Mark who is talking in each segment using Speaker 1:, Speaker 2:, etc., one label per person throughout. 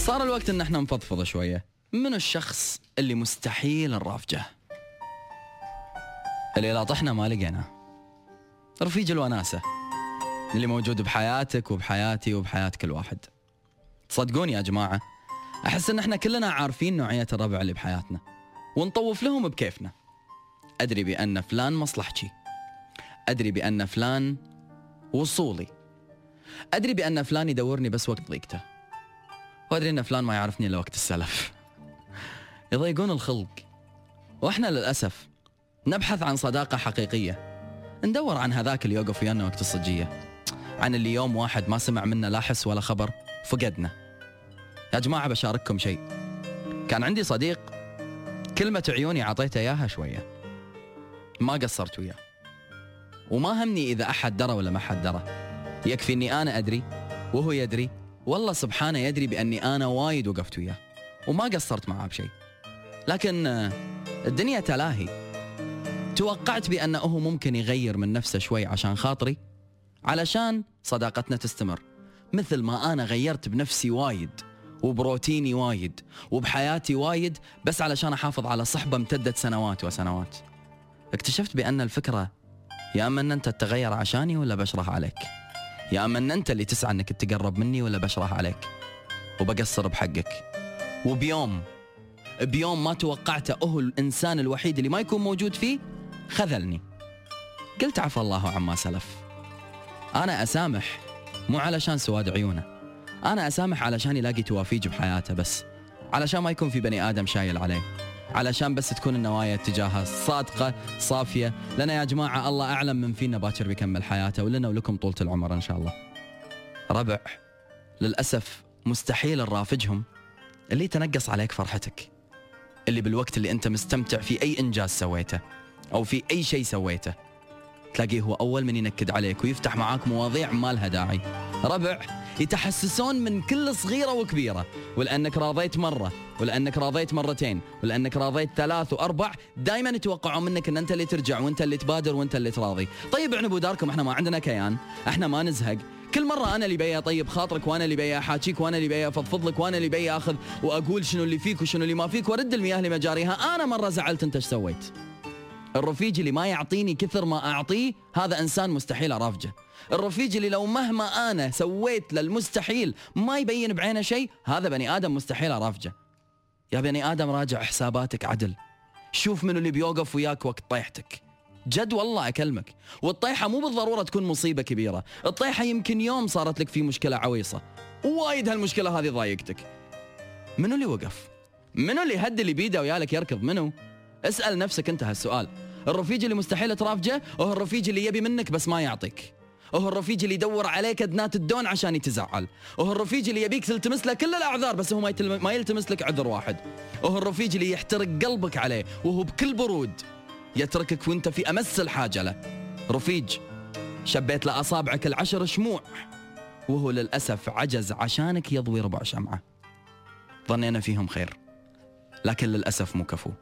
Speaker 1: صار الوقت ان احنا نفضفض شوية. منو الشخص اللي مستحيل نرافجه؟ اللي لا طحنا ما لقينا. رفيج الوناسة اللي موجود بحياتك وبحياتي وبحياة كل واحد. تصدقوني يا جماعة، أحس إن إحنا كلنا عارفين نوعية الربع اللي بحياتنا ونطوف لهم بكيفنا. أدري بأن فلان مصلحتي، أدري بأن فلان وصولي، أدري بأن فلان يدورني بس وقت ضيقته، وأدري أن فلان ما يعرفني إلا وقت السلف. يضيقون الخلق، وإحنا للأسف نبحث عن صداقة حقيقية، ندور عن هذاك اللي يوقف ويانا وقت الصجية، عن اللي يوم واحد ما سمع منا لا حس ولا خبر فقدنا. يا جماعة بشارككم شيء. كان عندي صديق كلمة عيوني عطيته إياها شوية، ما قصرت وياه، وما همني إذا أحد درى ولا ما حد درى. يكفي أني أنا أدري وهو يدري، والله سبحانه يدري بأني أنا وايد وقفت وياه وما قصرت معاه بشيء. لكن الدنيا تلاهي. توقعت بأنه ممكن يغير من نفسه شوي عشان خاطري، علشان صداقتنا تستمر، مثل ما أنا غيرت بنفسي وايد وبروتيني وايد وبحياتي وايد، بس علشان أحافظ على صحبة امتدت سنوات وسنوات. اكتشفت بأن الفكرة يا أما أن أنت تتغير عشاني ولا بشرح عليك، يا أما أن أنت اللي تسعى أنك تقرب مني ولا بشرح عليك وبقصر بحقك. وبيوم ما توقعته هو الإنسان الوحيد اللي ما يكون موجود فيه خذلني. قلت عفى الله عما سلف. أنا أسامح مو علشان سواد عيونه، أنا أسامح علشان يلاقي توافيج بحياته، بس علشان ما يكون في بني آدم شايل عليه، علشان بس تكون النوايا اتجاهه صادقة صافية. لنا يا جماعة الله أعلم من فينا باكر بيكمل حياته، ولنا ولكم طولة العمر إن شاء الله. ربع للأسف مستحيل نرافجهم اللي تنقص عليك فرحتك، اللي بالوقت اللي أنت مستمتع في أي إنجاز سويته أو في أي شيء سويته تلاقيه هو أول من ينكد عليك ويفتح معاك مواضيع ما لها داعي. ربع يتحسسون من كل صغيرة وكبيرة، ولأنك راضيت مرة ولأنك راضيت مرتين ولأنك راضيت 3 و4 دايما يتوقعون منك أن أنت اللي ترجع وأنت اللي تبادر وأنت اللي تراضي. طيب عنبوا داركم، احنا ما عندنا كيان، احنا ما نزهق. كل مرة أنا اللي بيا طيب خاطرك، وأنا اللي بيا حاجيك، وأنا اللي بيا فضفض لك، وأنا اللي بيا أخذ وأقول شنو اللي فيك وشنو اللي ما فيك وأرد المياه لمجاريها. أنا مرة زعلت، أنت ايش سويت؟ الرفيج اللي ما يعطيني كثر ما أعطيه هذا إنسان مستحيل أرافجه. الرفيج اللي لو مهما أنا سويت للمستحيل ما يبين بعينه شيء، هذا بني آدم مستحيل أرافجه. يا بني آدم راجع حساباتك عدل، شوف منو اللي بيوقف وياك وقت طيحتك. جد والله أكلمك. والطيحة مو بالضرورة تكون مصيبة كبيرة، الطيحة يمكن يوم صارت لك في مشكلة عويصة وايد هالمشكلة هذه ضايقتك. منو اللي وقف؟ منو اللي هد اللي بيده ويالك يركض؟ منو؟ اسأل نفسك انت هالسؤال. الرفيج اللي مستحيل ترافجه هو الرفيج اللي يبي منك بس ما يعطيك، وهو الرفيج اللي يدور عليك ادنات الدون عشان يتزعل، وهو الرفيج اللي يبيك تلتمس له كل الأعذار بس هو ما يلتمس لك عذر واحد، وهو الرفيج اللي يحترق قلبك عليه وهو بكل برود يتركك وانت في أمس الحاجة له. رفيج شبيت له أصابعك 10 شموع وهو للأسف عجز عشانك يضوي ربع شمعة. ظنينا فيهم خير لكن للأسف مو كفو.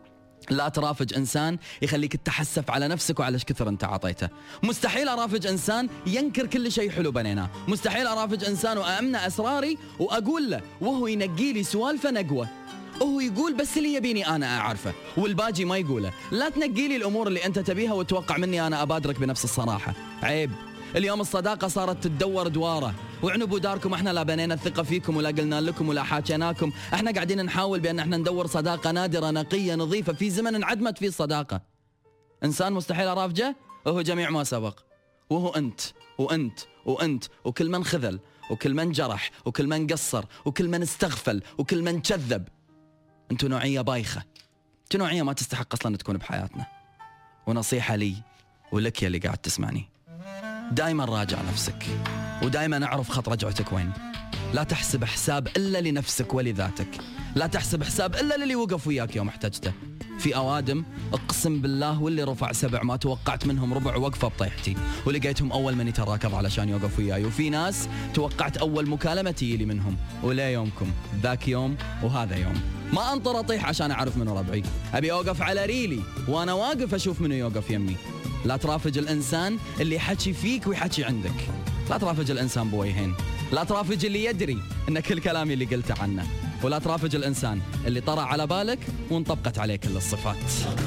Speaker 1: لا ترافج إنسان يخليك تتحسف على نفسك وعلى ايش كثر انت عطيته. مستحيل أرافج إنسان ينكر كل شيء حلو بنيناه. مستحيل أرافج إنسان وأمنع أسراري وأقول له وهو ينقي لي سوالفه نقوة، وهو يقول بس اللي يبيني أنا أعرفه والباجي ما يقوله. لا تنقي لي الأمور اللي أنت تبيها وتوقع مني أنا أبادرك بنفس الصراحة. عيب. اليوم الصداقة صارت تدور دواره، وعنبوا داركم احنا لا بنينا الثقة فيكم ولا قلنا لكم ولا حاكيناكم. احنا قاعدين نحاول بأن احنا ندور صداقة نادرة نقية نظيفة في زمن انعدمت فيه الصداقة. إنسان مستحيل أرافجه وهو جميع ما سبق، وهو أنت وأنت وأنت وكل من خذل وكل من جرح وكل من قصر وكل من استغفل وكل من كذب. انتوا نوعية بايخة، انتوا نوعية ما تستحق أصلا تكون بحياتنا. ونصيحة لي ولك يا اللي قاعد تسمعني، دايما راجع نفسك ودايما اعرف خط رجعتك وين. لا تحسب حساب إلا لنفسك ولذاتك، لا تحسب حساب إلا للي وقف وياك يوم احتجته. في أوادم اقسم بالله واللي رفع 7 ما توقعت منهم ربع وقفة بطيحتي ولقيتهم أول من يتراكض علشان يوقف وياي، وفي ناس توقعت أول مكالمة تيلي منهم ولا يومكم ذاك يوم وهذا يوم. ما أنطر أطيح عشان أعرف منو ربعي، أبي أوقف على ريلي وأنا واقف أشوف منو يوقف يمي. لا ترافج الإنسان اللي يحكي فيك ويحكي عندك، لا ترافج الإنسان بوجهين. الأطرافج اللي يدري أن كل كلامي اللي قلته عنه، والأطرافج الإنسان اللي طرأ على بالك وانطبقت عليه كل الصفات.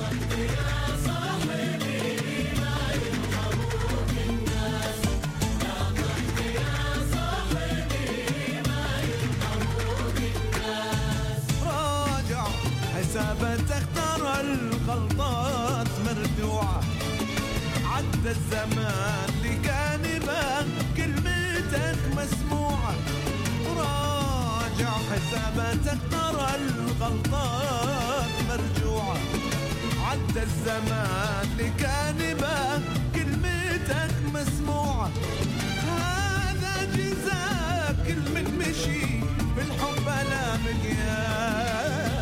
Speaker 2: راجع حساباتك ترى الغلطات مردوعة، عدى الزمان لجانبك كلمتك مسموعة. راجع حساباتك ترى الغلطات مرجوعة، عدى الزمان لجانبك كلمتك مسموعة. هذا جزاك كل من مشي بالحب لا مقياس.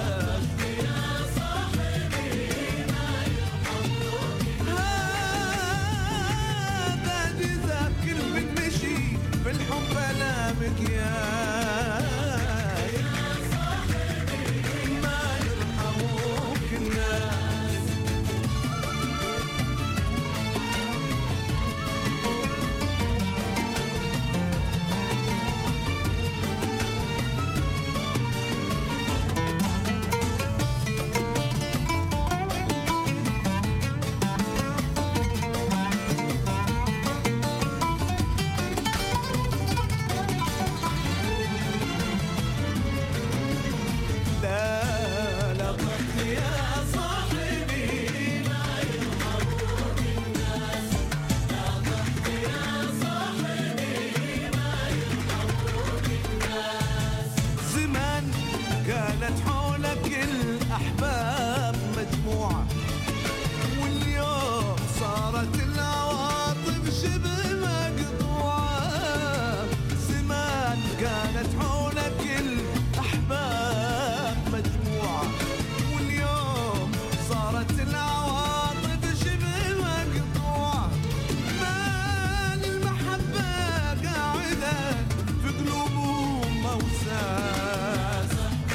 Speaker 2: بالحب لا مقياس، ما يرحموك الناس. كانت حولك الأحباب مجموعة، واليوم صارت العواطف شبه مقطوعة. زمان كانت حولك الأحباب مجموعة، واليوم صارت العواطف شبه مقطوعة. مال المحبة قاعدة في قلوبهم موساس.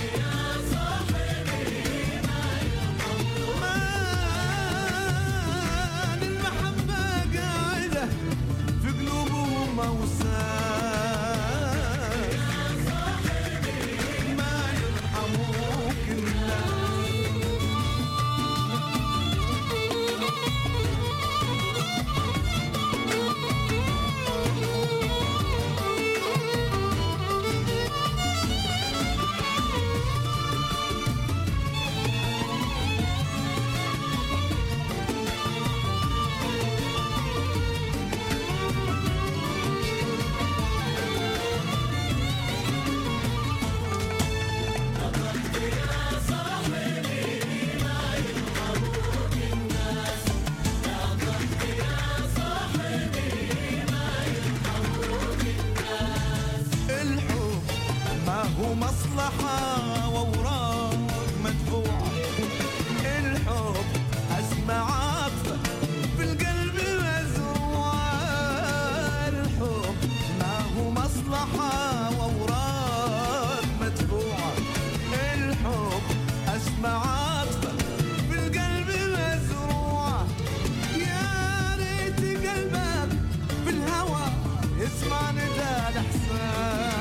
Speaker 2: هو مصلحة وأوراق مدفوعة. الحب أسمى عاطفة في القلب مزروعة. الحب ما هو مصلحة وأوراق مدفوعة. الحب أسمى عاطفة في القلب مزروعة. يا ريت قلبك في الهوى يسمع نداء الإحسان.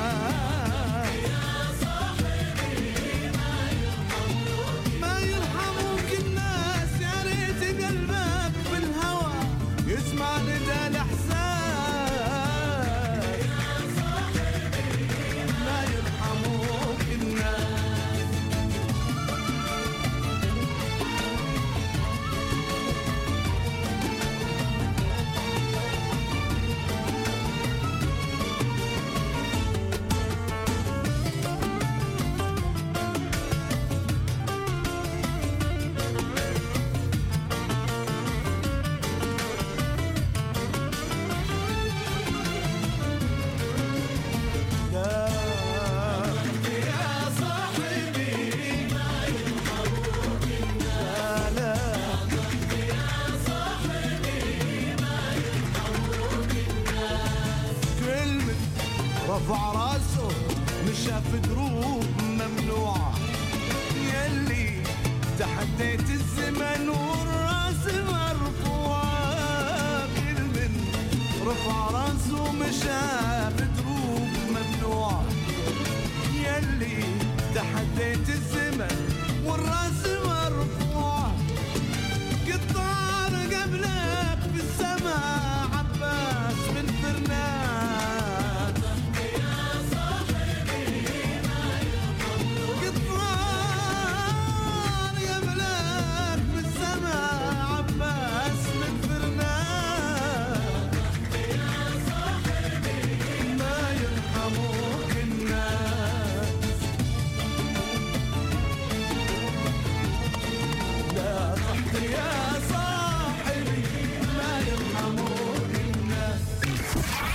Speaker 2: اسمع نداء الإحسان. ما يرحموك الناس. رفع راسه مشى في دروب ممنوعة. يلي تحديت الزمن والراس مرفوعة. كل من رفع راسه مشى في دروب ممنوعة. تحديت الزمن